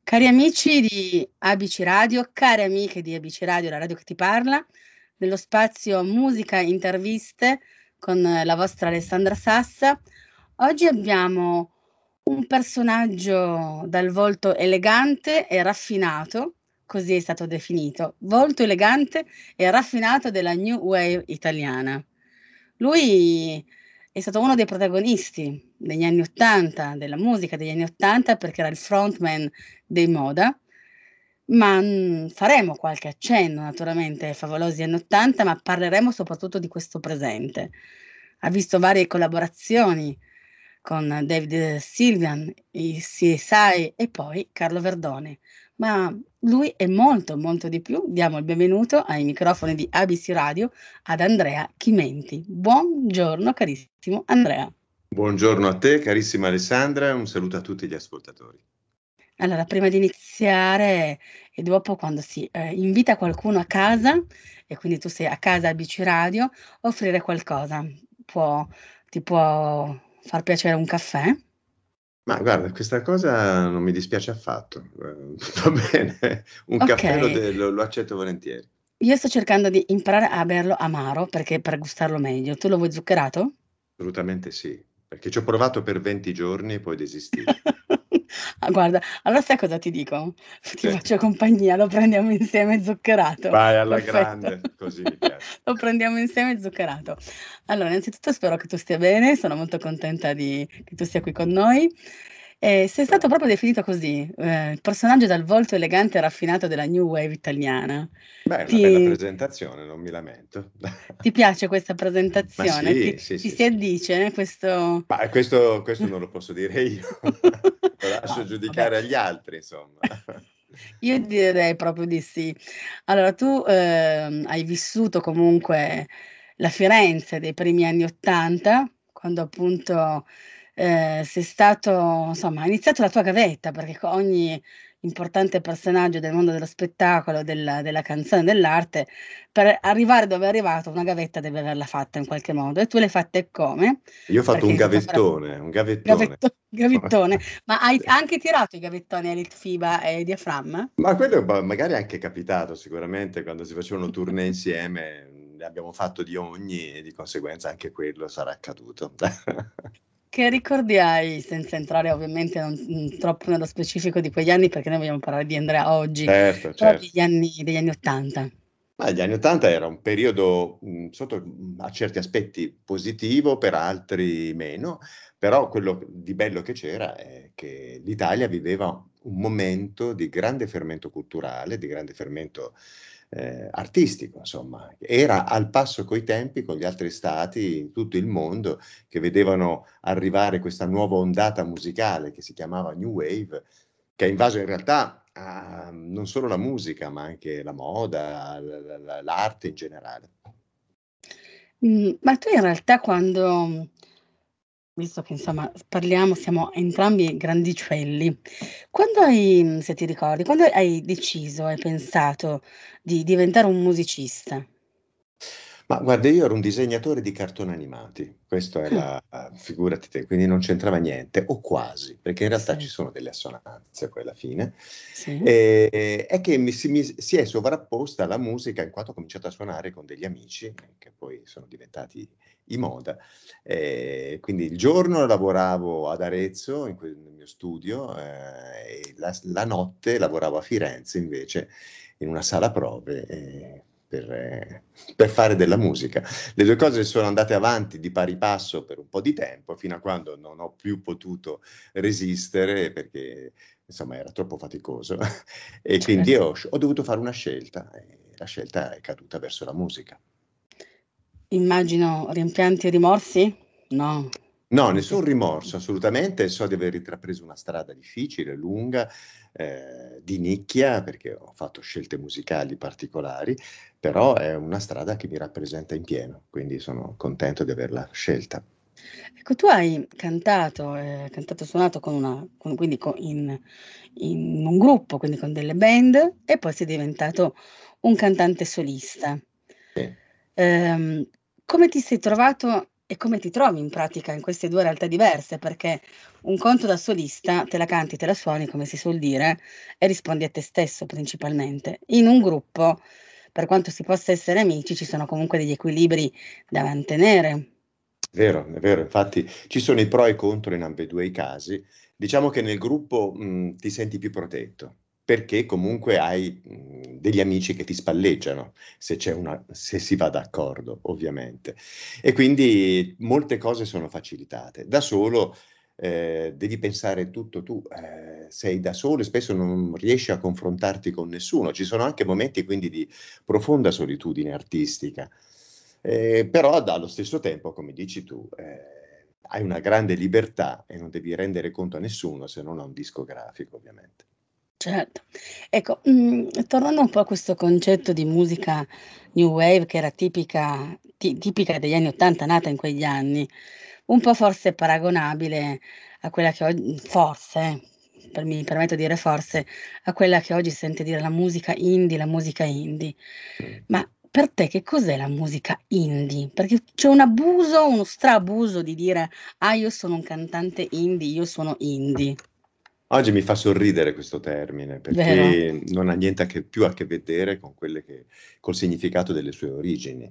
Cari amici di ABC Radio, care amiche di ABC Radio, la radio che ti parla, nello spazio musica interviste con la vostra Alessandra Sassa. Oggi abbiamo un personaggio dal volto elegante e raffinato, così è stato definito, volto elegante e raffinato della New Wave italiana. Lui è stato uno dei protagonisti degli anni '80, della musica degli anni '80, perché era il frontman dei Moda, ma, faremo qualche accenno naturalmente ai favolosi anni '80, ma parleremo soprattutto di questo presente. Ha visto varie collaborazioni con David Sylvian, i CSI e poi Carlo Verdone, ma lui è molto, molto di più. Diamo il benvenuto ai microfoni di ABC Radio ad Andrea Chimenti. Buongiorno carissimo Andrea. Buongiorno a te, carissima Alessandra, e un saluto a tutti gli ascoltatori. Allora, prima di iniziare e dopo quando si, invita qualcuno a casa e quindi tu sei a casa a BC Radio, offrire qualcosa. Ti può far piacere un caffè? Ma guarda, questa cosa non mi dispiace affatto. Va bene, un caffè Okay. lo accetto volentieri. Io sto cercando di imparare a berlo amaro, perché per gustarlo meglio. Tu lo vuoi zuccherato? Assolutamente sì, perché ci ho provato per 20 giorni e poi desistii. Ah, guarda, allora sai cosa ti dico? Ti Sì. faccio compagnia, lo prendiamo insieme zuccherato. Vai alla Perfetto. grande, così mi piace. Lo prendiamo insieme zuccherato. Allora, innanzitutto spero che tu stia bene, sono molto contenta di che tu sia qui con noi. Sei stato proprio definito così, il personaggio dal volto elegante e raffinato della new wave italiana. Beh, è una bella Ti presentazione, non mi lamento. ti piace questa Ma presentazione? sì, sì, Ti sì, si sì. addice questo Ma questo non lo posso dire io, lo lascio No, vabbè. giudicare agli altri, insomma. Io direi proprio di sì. Allora tu, hai vissuto comunque la Firenze dei primi anni '80, quando appunto, sei stato insomma, ha iniziato la tua gavetta, perché co ogni importante personaggio del mondo dello spettacolo, della canzone, dell'arte, per arrivare dove è arrivato una gavetta deve averla fatta in qualche modo e tu l'hai fatta eccome? Io ho fatto Perché hai iniziato a fare un gavettone. gavettone. Ma hai anche tirato i gavettoni a Litfiba e Diaframma? Ma quello magari è anche capitato sicuramente quando si facevano tournée insieme, ne abbiamo fatto di ogni e di conseguenza anche quello sarà accaduto. Che ricordi hai, senza entrare ovviamente troppo nello specifico di quegli anni, perché noi vogliamo parlare di Andrea oggi, Certo, però certo. degli anni '80. Ma gli anni '80 era un periodo, a certi aspetti positivo, per altri meno, però quello di bello che c'era è che l'Italia viveva un momento di grande fermento culturale, di grande fermento, artistico insomma. Era al passo coi tempi con gli altri stati in tutto il mondo che vedevano arrivare questa nuova ondata musicale che si chiamava New Wave, che ha invaso in realtà, non solo la musica, ma anche la moda, l'arte in generale. Ma tu in realtà quando visto che insomma parliamo siamo entrambi grandicelli, quando hai se ti ricordi, quando hai deciso, hai pensato di diventare un musicista? Ma guarda, io ero un disegnatore di cartoni animati, questo Ah, era figurati te, quindi non c'entrava niente, o quasi, perché in realtà ci sì, sono delle assonanze poi alla fine. sì. È che si è sovrapposta la musica in quanto ho cominciato a suonare con degli amici, che poi sono diventati i Moda. Quindi il giorno lavoravo ad Arezzo, nel mio studio, e la notte lavoravo a Firenze invece in una sala prove, per fare della musica. Le 2 cose sono andate avanti di pari passo per un po' di tempo, fino a quando non ho più potuto resistere perché, insomma, era troppo faticoso e quindi Certo. ho dovuto fare una scelta e la scelta è caduta verso la musica. Immagino rimpianti e rimorsi? No. No, Non ti nessun rimorso assolutamente, so di aver intrapreso una strada difficile, lunga, di nicchia, perché ho fatto scelte musicali particolari, però è una strada che mi rappresenta in pieno, quindi sono contento di averla scelta. Ecco, tu hai cantato, suonato quindi in un gruppo, quindi con delle band, e poi sei diventato un cantante solista. Sì. Ehm, come ti sei trovato E come ti trovi in pratica in queste 2 realtà diverse? Perché un conto da solista, te la canti, te la suoni, come si suol dire, e rispondi a te stesso principalmente. In un gruppo, per quanto si possa essere amici, ci sono comunque degli equilibri da mantenere. È vero, infatti ci sono i pro e i contro in ambedue i casi. Diciamo che nel gruppo, ti senti più protetto, perché comunque hai, degli amici che ti spalleggiano, se si va d'accordo ovviamente. E quindi molte cose sono facilitate. Da solo, devi pensare tutto tu, sei da solo e spesso non riesci a confrontarti con nessuno. Ci sono anche momenti quindi di profonda solitudine artistica. Però allo stesso tempo, come dici tu, hai una grande libertà e non devi rendere conto a nessuno se non a un discografico, ovviamente. Certo. Ecco, tornando un po' a questo concetto di musica new wave che era tipica degli anni '80, nata in quegli anni, un po' forse paragonabile a quella che forse, mi permetto di dire forse, a quella che oggi si sente dire la musica indie, la musica indie. Mh. Ma per te che cos'è la musica indie? Perché c'è un abuso, uno straabuso di dire: "Ah, io sono un cantante indie, io sono indie." Oggi mi fa sorridere questo termine, Vero? perché non ha niente a che vedere con quelle che col significato delle sue origini.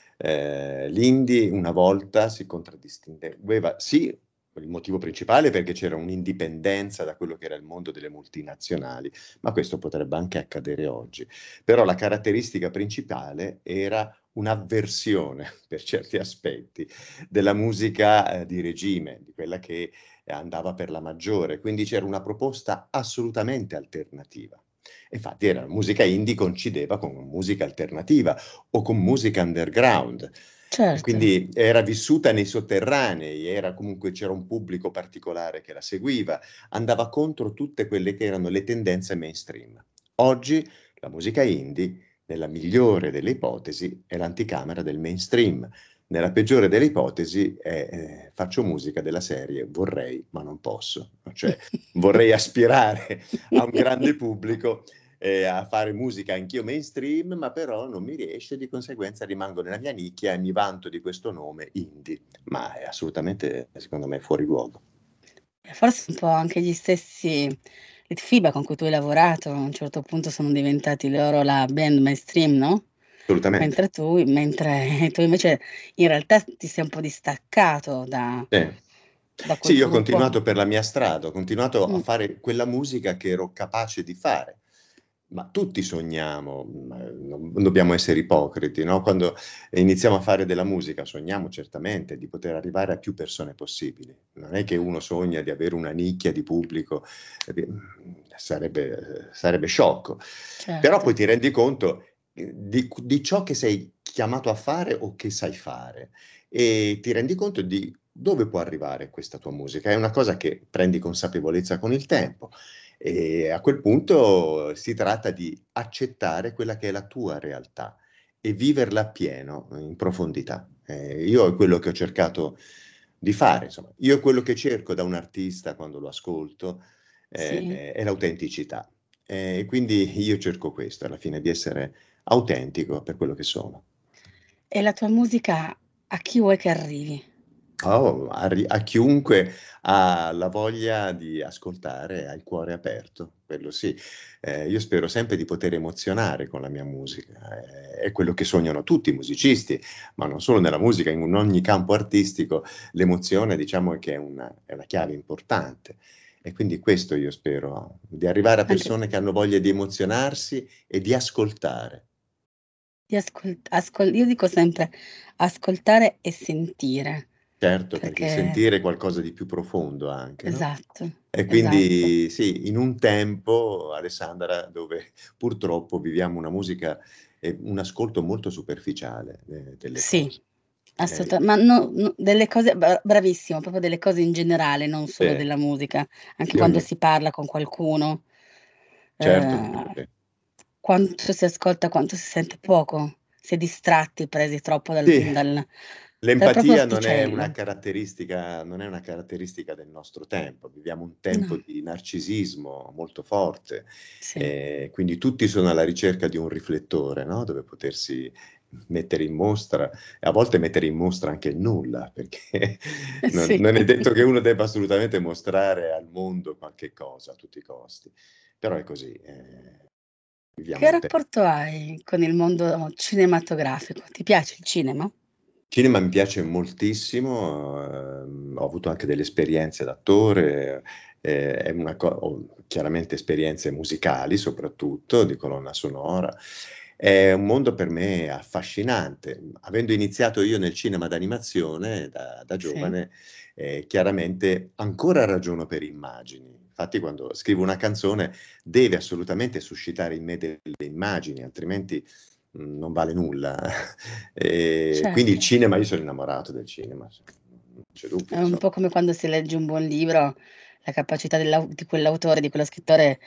L'indie una volta si contraddistingueva sì, il motivo principale perché c'era un'indipendenza da quello che era il mondo delle multinazionali, ma questo potrebbe anche accadere oggi. Però la caratteristica principale era un'avversione, per certi aspetti, della musica, di regime, di quella che andava per la maggiore, quindi c'era una proposta assolutamente alternativa. Infatti era musica indie coincideva con musica alternativa o con musica underground e Certo. quindi era vissuta nei sotterranei, era comunque c'era un pubblico particolare che la seguiva, andava contro tutte quelle che erano le tendenze mainstream. Oggi la musica indie, nella migliore delle ipotesi, è l'anticamera del mainstream. Nella peggiore delle ipotesi è, faccio musica della serie vorrei, ma non posso. Cioè, vorrei aspirare a un grande pubblico e a fare musica anch'io mainstream, ma però non mi riesce, di conseguenza rimango nella mia nicchia e mi vanto di questo nome indie. Ma è assolutamente, secondo me, fuori luogo. E forse un po' anche gli stessi Litfiba con cui tu hai lavorato, a un certo punto sono diventati loro la band mainstream, no, Assolutamente. mentre tu invece in realtà ti sei un po' distaccato Sì. da Sì, quel io ho gruppo. continuato per la mia strada, ho continuato a Mh, fare quella musica che ero capace di fare. Ma tutti sogniamo, non dobbiamo essere ipocriti, no, quando iniziamo a fare della musica sogniamo certamente di poter arrivare a più persone possibili. Non è che uno sogna di avere una nicchia di pubblico, sarebbe sciocco. Però certo. poi ti rendi conto, di ciò che sei chiamato a fare o che sai fare e ti rendi conto di dove può arrivare questa tua musica. È una cosa che prendi consapevolezza con il tempo e a quel punto si tratta di accettare quella che è la tua realtà e viverla appieno, in profondità. Io è quello che ho cercato di fare, insomma. Io è quello che cerco da un artista quando lo ascolto, Sì. è l'autenticità. E quindi io cerco questo alla fine, di essere autentico per quello che sono. E la tua musica a chi vuoi che arrivi? A chiunque ha la voglia di ascoltare, ha il cuore aperto, quello sì. Io spero sempre di poter emozionare con la mia musica, è quello che sognano tutti i musicisti, ma non solo nella musica, in ogni campo artistico l'emozione diciamo che è una chiave importante. E quindi questo io spero, di arrivare a Anche persone che hanno voglia di emozionarsi e di ascoltare. di io dico sempre: ascoltare e sentire, Certo, perché il perché sentire è qualcosa di più profondo anche, no? esatto, E esatto. quindi sì, in un tempo, Alessandra, dove purtroppo viviamo una musica e un ascolto molto superficiale, delle Sì, cose. ma delle cose bravissimo, proprio delle cose in generale, non solo Sì, della musica, anche io quando mi si parla con qualcuno, certo, ehm, sì. quanto si ascolta, quanto si sente poco, si è distratti, presi troppo Sì. dal proprio L'empatia orticello. non è una caratteristica del nostro tempo. Viviamo un tempo No, di narcisismo molto forte, sì, quindi tutti sono alla ricerca di un riflettore, no, dove potersi mettere in mostra, e a volte mettere in mostra anche il nulla, perché Sì. non è detto che uno debba assolutamente mostrare al mondo qualche cosa a tutti i costi, però è così, viviamo Che in un te rapporto hai con il mondo cinematografico? Ti piace il cinema? cinema mi piace moltissimo, ho avuto anche delle esperienze da attore, è una co ho chiaramente esperienze musicali soprattutto, di colonna sonora. È un mondo per me affascinante. Avendo iniziato io nel cinema d'animazione da Sì, giovane, chiaramente ancora ragiono per immagini. Infatti quando scrivo una canzone deve assolutamente suscitare in me delle immagini, altrimenti non vale nulla. Quindi il certo. cinema, io sono innamorato del cinema, non c'è dubbio, È un insomma. po' come quando si legge un buon libro, la capacità di quell'autore, di quello scrittore,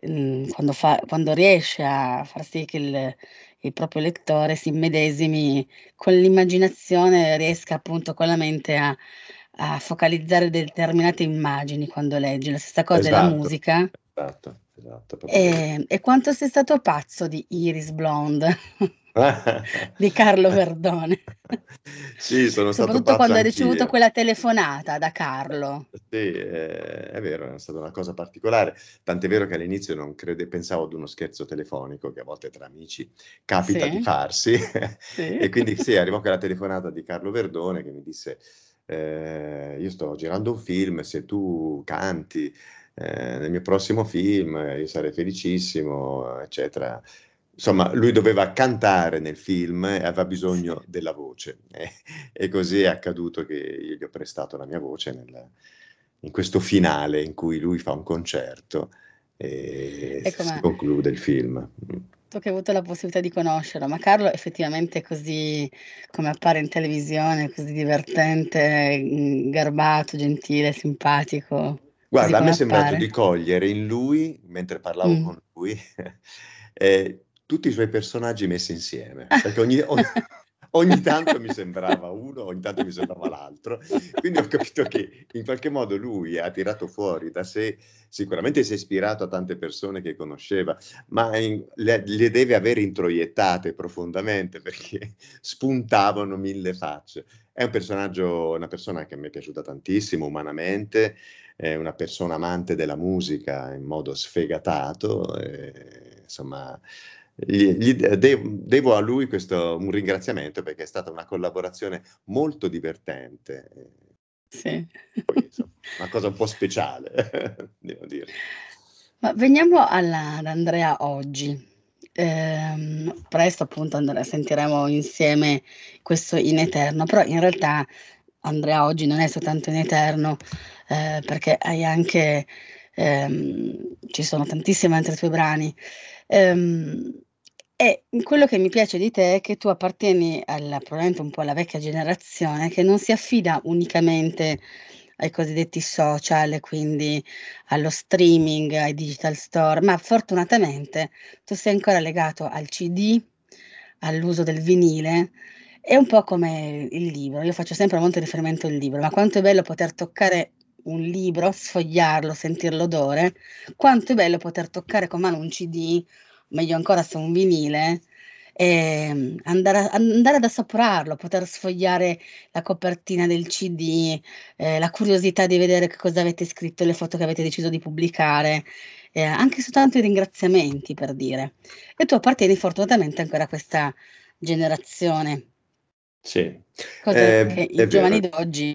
quando riesce a far sì che il proprio lettore si immedesimi con l'immaginazione, riesca appunto con la mente a focalizzare determinate immagini quando legge. La stessa cosa è la Esatto, musica. esatto, proprio così. E quanto sei stato pazzo di Iris Blonde di Carlo Verdone. Sì, sono stato Soprattutto pazzo quando hai ricevuto anch'io. quella telefonata da Carlo. Sì, è vero, è stata una cosa particolare, tant'è vero che all'inizio non pensavo ad uno scherzo telefonico, che a volte tra amici capita di Sì, farsi, sì. e quindi sì, arrivò quella telefonata di Carlo Verdone che mi disse: "Io sto girando un film, se tu canti, nel mio prossimo film, io sarei felicissimo", eccetera. Insomma, lui doveva cantare nel film e aveva Sì. bisogno della voce, e così è accaduto che io gli ho prestato la mia voce in questo finale in cui lui fa un concerto e Ecco, si ma conclude il film. tu che hai avuto la possibilità di conoscerlo, ma Carlo effettivamente è così come appare in televisione, così divertente, garbato, gentile, simpatico, così Guarda, a me come è sembrato appare? di cogliere in lui, mentre parlavo Mh. con lui, tutti i suoi personaggi messi insieme, perché ogni tanto mi sembrava uno, ogni tanto mi sembrava l'altro. Quindi ho capito che in qualche modo lui ha tirato fuori da sé, sicuramente si è ispirato a tante persone che conosceva, ma le deve avere introiettate profondamente, perché spuntavano 1000 facce. È un personaggio, una persona che a me è piaciuta tantissimo umanamente, è una persona amante della musica in modo sfegatato, insomma devo a lui questo un ringraziamento, perché è stata una collaborazione molto divertente, Sì. poi insomma una cosa un po' speciale devo dire. Ma veniamo ad Andrea oggi. Presto appunto sentiremo insieme questo In Eterno, però in realtà Andrea oggi non è soltanto in eterno, perché hai anche ci sono tantissimi altri tuoi brani. Ehm, e quello che mi piace di te è che tu appartieni probabilmente un po' alla vecchia generazione, che non si affida unicamente ai cosiddetti social, e quindi allo streaming, ai digital store, ma fortunatamente tu sei ancora legato al CD, all'uso del vinile. È un po' come il libro, io faccio sempre molto riferimento al libro, ma quanto è bello poter toccare un libro, sfogliarlo, sentir l'odore, quanto è bello poter toccare con mano un CD, meglio ancora se un vinile, andare ad assaporarlo, poter sfogliare la copertina del CD, la curiosità di vedere che cosa avete scritto, le foto che avete deciso di pubblicare, anche soltanto i ringraziamenti per dire. E tu appartieni fortunatamente ancora a questa generazione. Sì, Cosa che i è giovani vero. d'oggi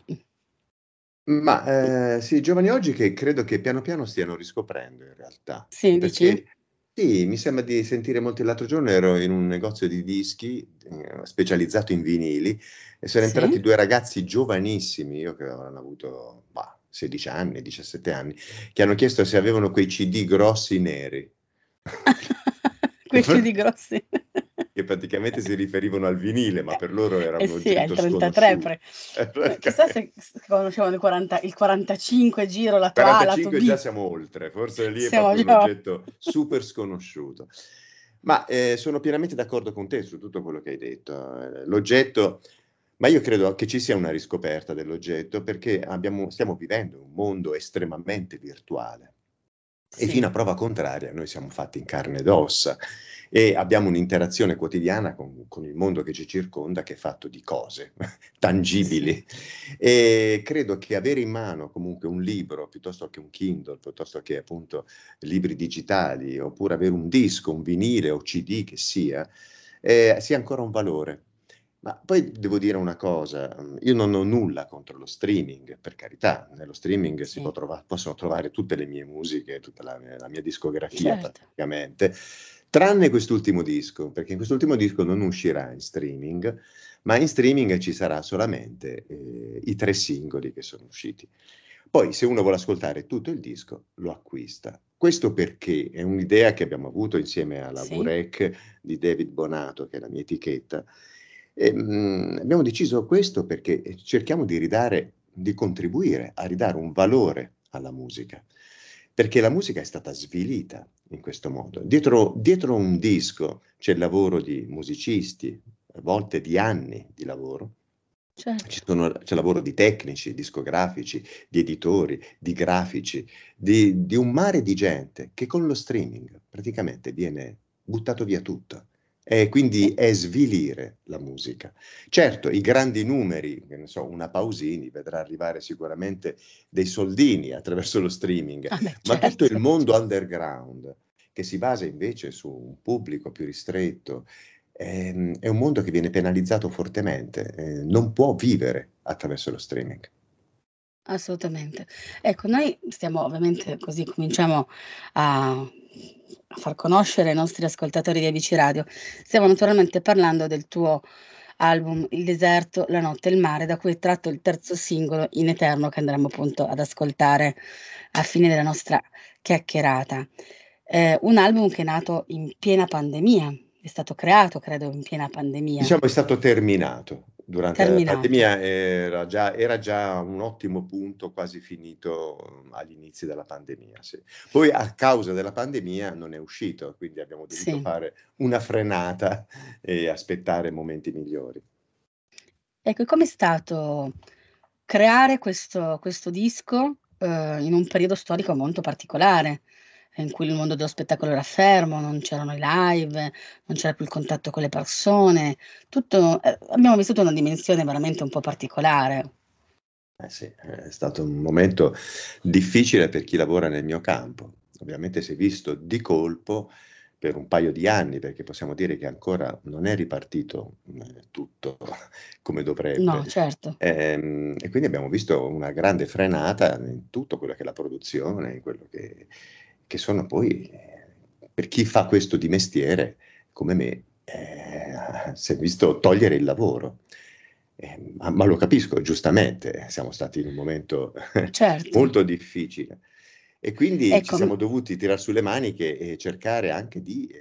Ma, sì, i giovani oggi che credo che piano piano stiano riscoprendo in realtà, sì, dici? perché sì, mi sembra di sentire molti. L'altro giorno ero in un negozio di dischi, specializzato in vinili, e sono entrati Sì? 2 ragazzi giovanissimi, io che avranno avuto, 16 anni, 17 anni, che hanno chiesto se avevano quei CD grossi neri. Quei CD grossi. Che praticamente si riferivano al vinile, ma per loro era Eh un sì, è il oggetto 33 sconosciuto. chissà Praticamente. se conoscevano il 45 giro, lato A, lato 45 già B. siamo oltre, forse lì è Siamo proprio un già oggetto super sconosciuto. Ma, sono pienamente d'accordo con te su tutto quello che hai detto. L'oggetto, ma io credo che ci sia una riscoperta dell'oggetto, perché stiamo vivendo in un mondo estremamente virtuale. E Sì, fino a prova contraria, noi siamo fatti in carne ed ossa e abbiamo un'interazione quotidiana con il mondo che ci circonda, che è fatto di cose sì, tangibili. E credo che avere in mano comunque un libro, piuttosto che un Kindle, piuttosto che appunto libri digitali, oppure avere un disco, un vinile o CD che sia ancora un valore. Ma poi devo dire una cosa, io non ho nulla contro lo streaming, per carità, nello streaming sì, possono trovare tutte le mie musiche, tutta la mia discografia certo. praticamente, tranne quest'ultimo disco, perché in quest'ultimo disco non uscirà in streaming, ma in streaming ci sarà solamente i 3 singoli che sono usciti. Poi se uno vuole ascoltare tutto il disco, lo acquista. Questo perché è un'idea che abbiamo avuto insieme alla Sì, VREC di David Bonato, che è la mia etichetta. Abbiamo deciso questo perché cerchiamo di contribuire a ridare un valore alla musica, perché la musica è stata svilita in questo modo. Dietro un disco c'è il lavoro di musicisti, a volte di anni di lavoro. certo. C'è lavoro di tecnici, discografici, di editori, di grafici, di un mare di gente che con lo streaming praticamente viene buttato via tutto. E Sì. quindi è svilire la musica. Certo, i grandi numeri, che ne so, una Pausini vedrà arrivare sicuramente dei soldini attraverso lo streaming, Ah beh, ma tutto il certo. mondo underground, che si basa invece su un pubblico più ristretto, è un mondo che viene penalizzato fortemente, non può vivere attraverso lo streaming. Assolutamente. Ecco, noi stiamo ovviamente così cominciamo a far conoscere ai nostri ascoltatori di ABC Radio. Stiamo naturalmente parlando del tuo album Il deserto, la notte e il mare, da cui è tratto il terzo singolo In Eterno che andremo appunto ad ascoltare a fine della nostra chiacchierata. Un album che è nato in piena pandemia, è stato creato credo in piena pandemia, Diciamo è stato terminato. Durante la terminato. pandemia era già un ottimo punto, quasi finito agli inizi della pandemia, sì. Poi a causa della pandemia non è uscito, quindi abbiamo dovuto Sì. fare una frenata e aspettare momenti migliori. Ecco, e com'è stato creare questo disco, in un periodo storico molto particolare, in cui il mondo dello spettacolo era fermo, non c'erano i live, non c'era più il contatto con le persone, tutto abbiamo vissuto una dimensione veramente un po' particolare. Eh sì, è stato un momento difficile per chi lavora nel mio campo. Ovviamente si è visto di colpo per un paio di anni, perché possiamo dire che ancora non è ripartito, tutto come dovrebbe. No, certo. E quindi abbiamo visto una grande frenata in tutto quello che è la produzione, in quello che sono poi, per chi fa questo di mestiere, come me, si è visto togliere il lavoro. Ma lo capisco, giustamente, siamo stati in un momento Certo. molto difficile e quindi ci Ecco, siamo dovuti tirar su le maniche e cercare anche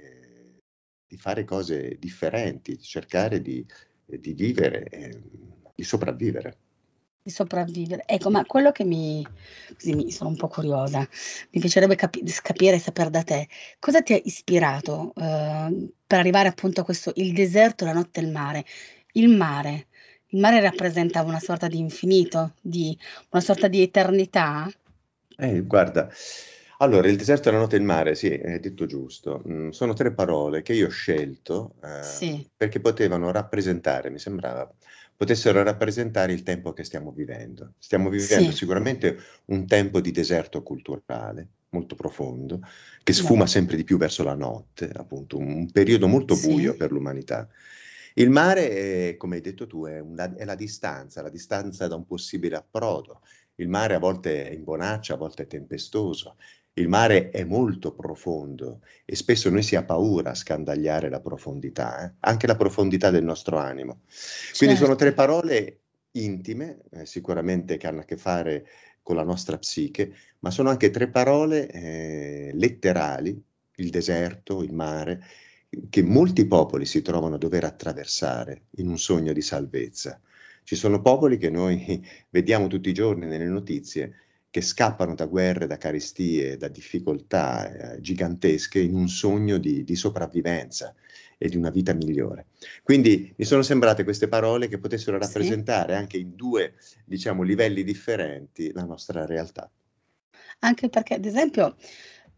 di fare cose differenti, cercare di vivere, di sopravvivere. di sopravvivere. Ecco, ma quello che mi sono un po' curiosa, mi piacerebbe capire e saper da te, cosa ti ha ispirato, per arrivare appunto a questo il deserto, la notte e il mare. Il mare. Il mare rappresenta una sorta di infinito, di una sorta di eternità? Guarda, allora il deserto, la notte e il mare, sì, hai detto giusto. Sono 3 parole che io ho scelto, Sì, perché potevano rappresentare, mi sembrava, potessero rappresentare il tempo che stiamo vivendo. Stiamo vivendo sì, sicuramente un tempo di deserto culturale, molto profondo, che sfuma molto. sempre di più verso la notte, appunto, un periodo molto buio Sì, per l'umanità. Il mare, come hai detto tu, è la distanza da un possibile approdo. Il mare a volte è in bonaccia, a volte è tempestoso. Il mare è molto profondo e spesso noi si ha paura a scandagliare la profondità, anche la profondità del nostro animo. Quindi sono certo. 3 parole intime, sicuramente che hanno a che fare con la nostra psiche, ma sono anche 3 parole, letterali, il deserto, il mare, che molti popoli si trovano a dover attraversare in un sogno di salvezza. Ci sono popoli che noi vediamo tutti i giorni nelle notizie che scappano da guerre, da carestie, da difficoltà, gigantesche in un sogno di sopravvivenza e di una vita migliore. Quindi mi sono sembrate queste parole che potessero Sì. rappresentare anche in 2, diciamo, livelli differenti la nostra realtà. Anche perché, ad esempio,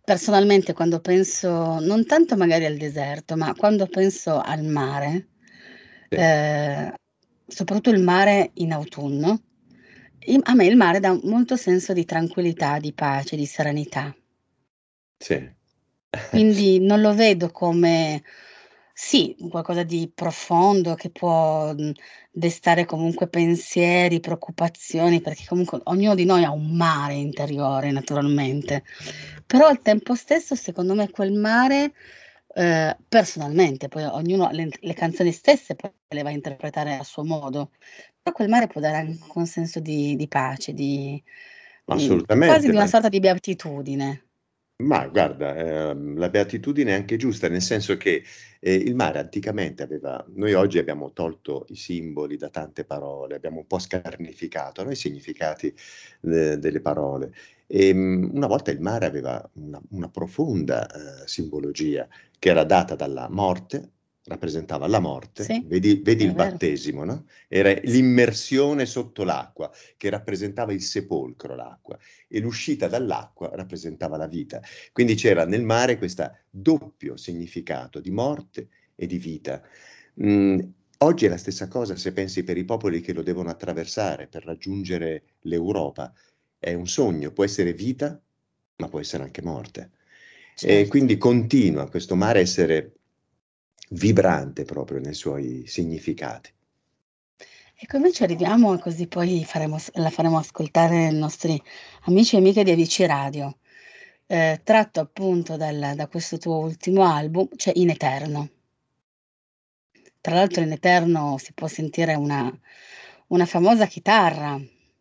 personalmente quando penso non tanto magari al deserto, ma quando penso al mare, Sì, ehm, soprattutto il mare in autunno, a me il mare dà molto senso di tranquillità, di pace, di serenità. sì. Quindi non lo vedo come sì, un qualcosa di profondo che può, destare comunque pensieri, preoccupazioni, perché comunque ognuno di noi ha un mare interiore naturalmente, però al tempo stesso secondo me quel mare, personalmente, poi ognuno le canzoni stesse poi le va a interpretare a suo modo, però quel mare può dare anche un senso di pace, di quasi Assolutamente, di una sorta di beatitudine. ma guarda, la beatitudine è anche giusta, nel senso che, il mare anticamente aveva noi oggi abbiamo tolto i simboli da tante parole, abbiamo un po' scarnificato, no, i significati, delle parole. Una volta il mare aveva una profonda, simbologia che era data dalla morte, rappresentava la morte, Sì, vedi è il vero. battesimo, no, era Sì, l'immersione sotto l'acqua, che rappresentava il sepolcro, l'acqua, e l'uscita dall'acqua rappresentava la vita. Quindi c'era nel mare questo doppio significato di morte e di vita. Oggi è la stessa cosa se pensi per i popoli che lo devono attraversare per raggiungere l'Europa. È un sogno, può essere vita, ma può essere anche morte. E certo. quindi continua questo mare a essere vibrante proprio nei suoi significati. Ecco, invece arriviamo così poi la faremo ascoltare ai nostri amici e amiche di ABC Radio, tratto appunto da questo tuo ultimo album, cioè In Eterno. Tra l'altro in Eterno si può sentire una famosa chitarra,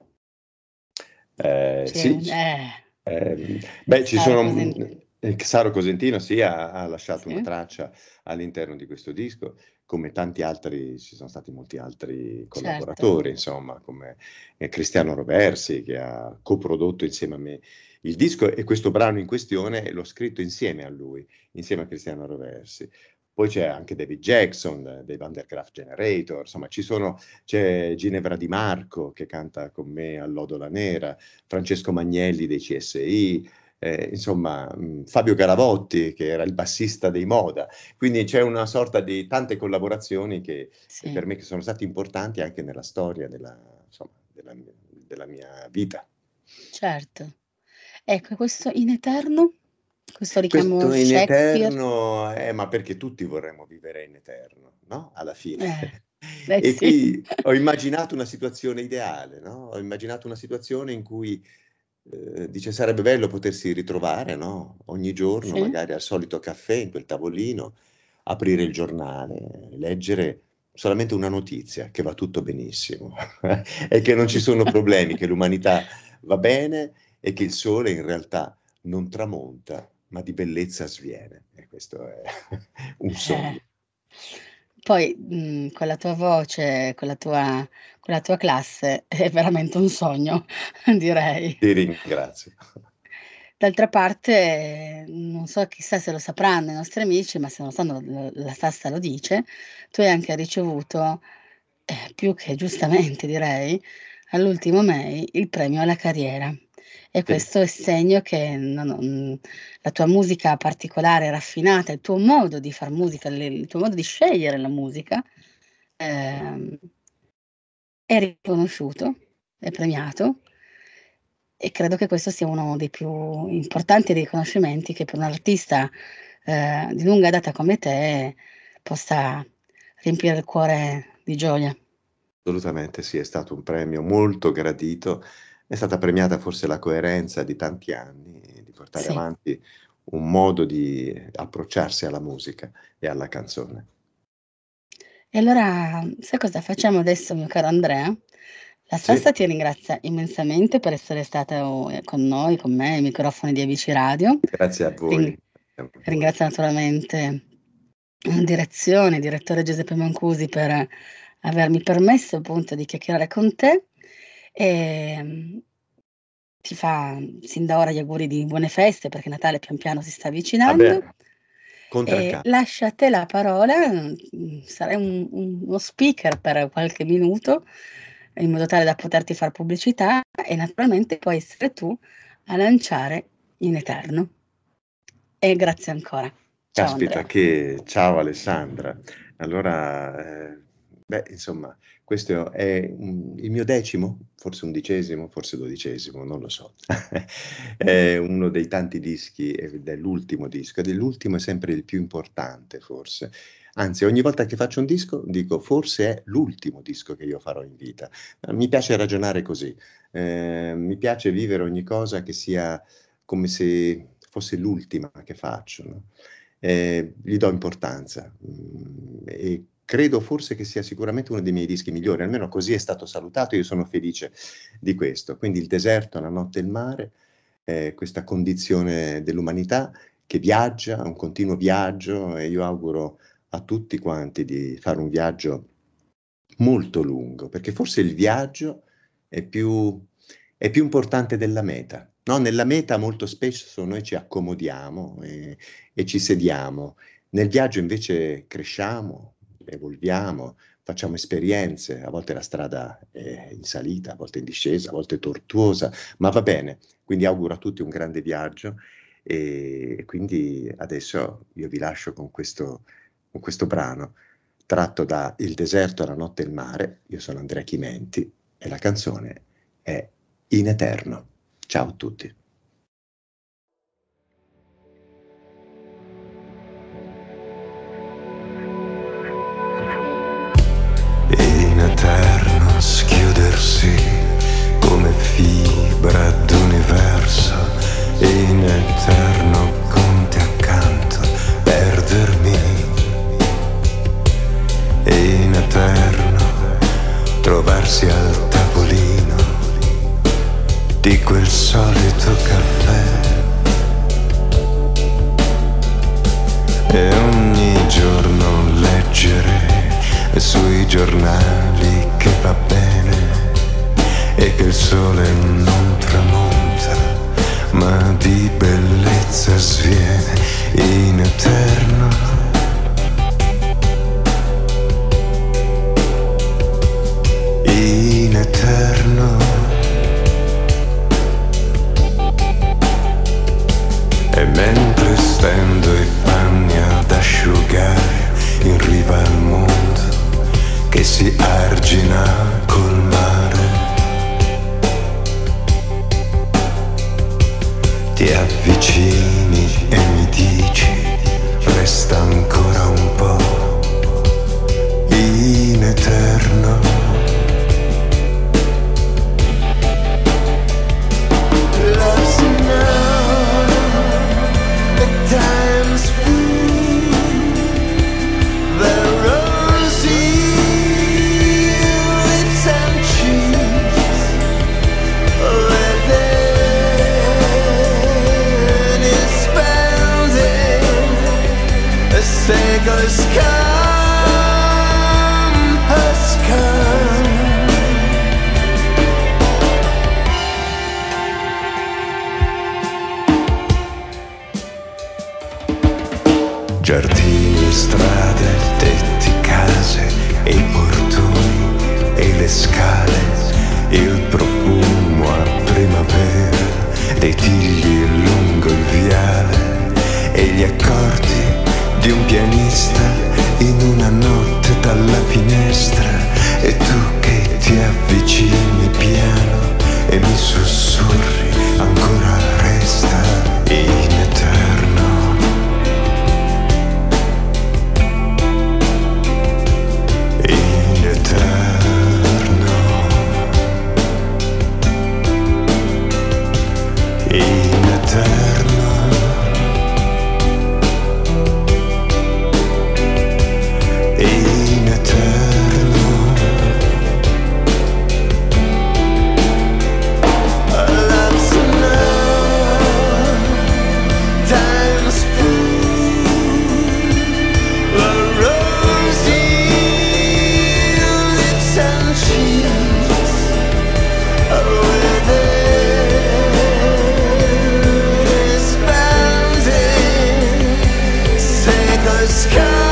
c'è Sì, un beh, ci Sara sono Cosentino. Xaro Cosentino sì, ha lasciato una Sì, traccia all'interno di questo disco, come tanti altri ci sono stati molti altri certo, collaboratori, insomma, come, Cristiano Roversi che ha coprodotto insieme a me il disco e questo brano in questione l'ho scritto insieme a lui, insieme a Cristiano Roversi. Poi c'è anche David Jackson dei Vandergraaf Generator, insomma c'è Ginevra Di Marco che canta con me all'Odola Nera, Francesco Magnelli dei CSI, insomma, Fabio Garavotti che era il bassista dei Moda. Quindi c'è una sorta di tante collaborazioni che sì, per me che sono state importanti anche nella storia insomma, della mia vita. certo. Ecco, questo In Eterno, questo richiamo Questo in Shakespeare, eterno, ma perché tutti vorremmo vivere in eterno, no, alla fine. eh, eh E sì, qui ho immaginato una situazione ideale, no, ho immaginato una situazione in cui, dice: "Sarebbe bello potersi ritrovare, no, ogni giorno sì, magari al solito caffè, in quel tavolino, aprire il giornale, leggere solamente una notizia, che va tutto benissimo e che non ci sono problemi, che l'umanità va bene e che il sole in realtà non tramonta, ma di bellezza sviene." E questo è un eh. sogno. Poi, con la tua voce, con la tua classe è veramente un sogno, direi. Ti ringrazio. D'altra parte, non so, chissà se lo sapranno i nostri amici, ma se non lo sanno la Sassa lo dice, tu hai anche ricevuto, più che giustamente direi, all'ultimo May il premio alla carriera. E Sì, questo è segno che la tua musica particolare, raffinata, il tuo modo di far musica, il tuo modo di scegliere la musica, ehm, è riconosciuto, è premiato e credo che questo sia uno dei più importanti riconoscimenti che per un artista, di lunga data come te possa riempire il cuore di gioia. assolutamente sì, è stato un premio molto gradito. È stata premiata forse la coerenza di tanti anni di portare Sì. avanti un modo di approcciarsi alla musica e alla canzone. E allora sai cosa facciamo adesso, mio caro Andrea? La Sassa Sì, ti ringrazia immensamente per essere stato, con noi, con me, ai microfoni di ABC Radio. grazie a Rin voi, a voi. Ringrazio naturalmente la direzione, il direttore Giuseppe Mancusi per avermi permesso appunto di chiacchierare con te. Ehm, Ti fa sin da ora gli auguri di buone feste perché Natale pian piano si sta Ah beh, avvicinando e contraccambio. lascio a te la parola, sarai uno speaker per qualche minuto, in modo tale da poterti far pubblicità e naturalmente puoi essere tu a lanciare In Eterno. e grazie ancora. Ciao Caspita, Andrea. ciao Alessandra. Allora, insomma, questo è il mio 10°, forse 11°, forse 12°, non lo so. È uno dei tanti dischi ed è l'ultimo disco, ed è l'ultimo è sempre il più importante forse. Anzi, ogni volta che faccio un disco dico: "Forse è l'ultimo disco che io farò in vita". Mi piace ragionare così, mi piace vivere ogni cosa che sia come se fosse l'ultima che faccio, no? Gli do importanza, e credo forse che sia sicuramente uno dei miei dischi migliori, almeno così è stato salutato, io sono felice di questo. Quindi il deserto, la notte e il mare, questa condizione dell'umanità che viaggia, un continuo viaggio, e io auguro a tutti quanti di fare un viaggio molto lungo, perché forse il viaggio è più importante della meta, no, nella meta molto spesso noi ci accomodiamo e ci sediamo. Nel viaggio invece cresciamo, evolviamo, facciamo esperienze, a volte la strada è in salita, a volte in discesa, a volte tortuosa, ma va bene. Quindi auguro a tutti un grande viaggio, e quindi adesso io vi lascio con questo brano tratto da Il deserto, la notte e il mare. Io sono Andrea Chimenti e la canzone è In eterno. Ciao a tutti. In eterno schiudersi come fibra d'universo, in eterno con te accanto perdermi, in eterno trovarsi al tavolino di quel solito caffè, e ogni giorno leggere sui giornali che va bene e che il sole non tramonta ma di bellezza sviene, in eterno, in eterno. E mentre stendo i panni ad asciugare in riva al mondo che si argina col mare, ti avvicini e mi dici resta ancora un po', in eterno. Love's now, the time's free, the rosy lips and cheeks within is spending a sailor's compass come. Giardini, strade, tetti, case, e i portoni e le scale, il profumo a primavera dei tigli lungo il viale, e gli accordi di un pianista in una notte dalla finestra, e tu che ti avvicini piano e mi sussurri ancora resta, in eterno. In eterno, in eterno, in eterno. Love's now, time's full, the rosy lips and cheeks within is spending sailor's sky.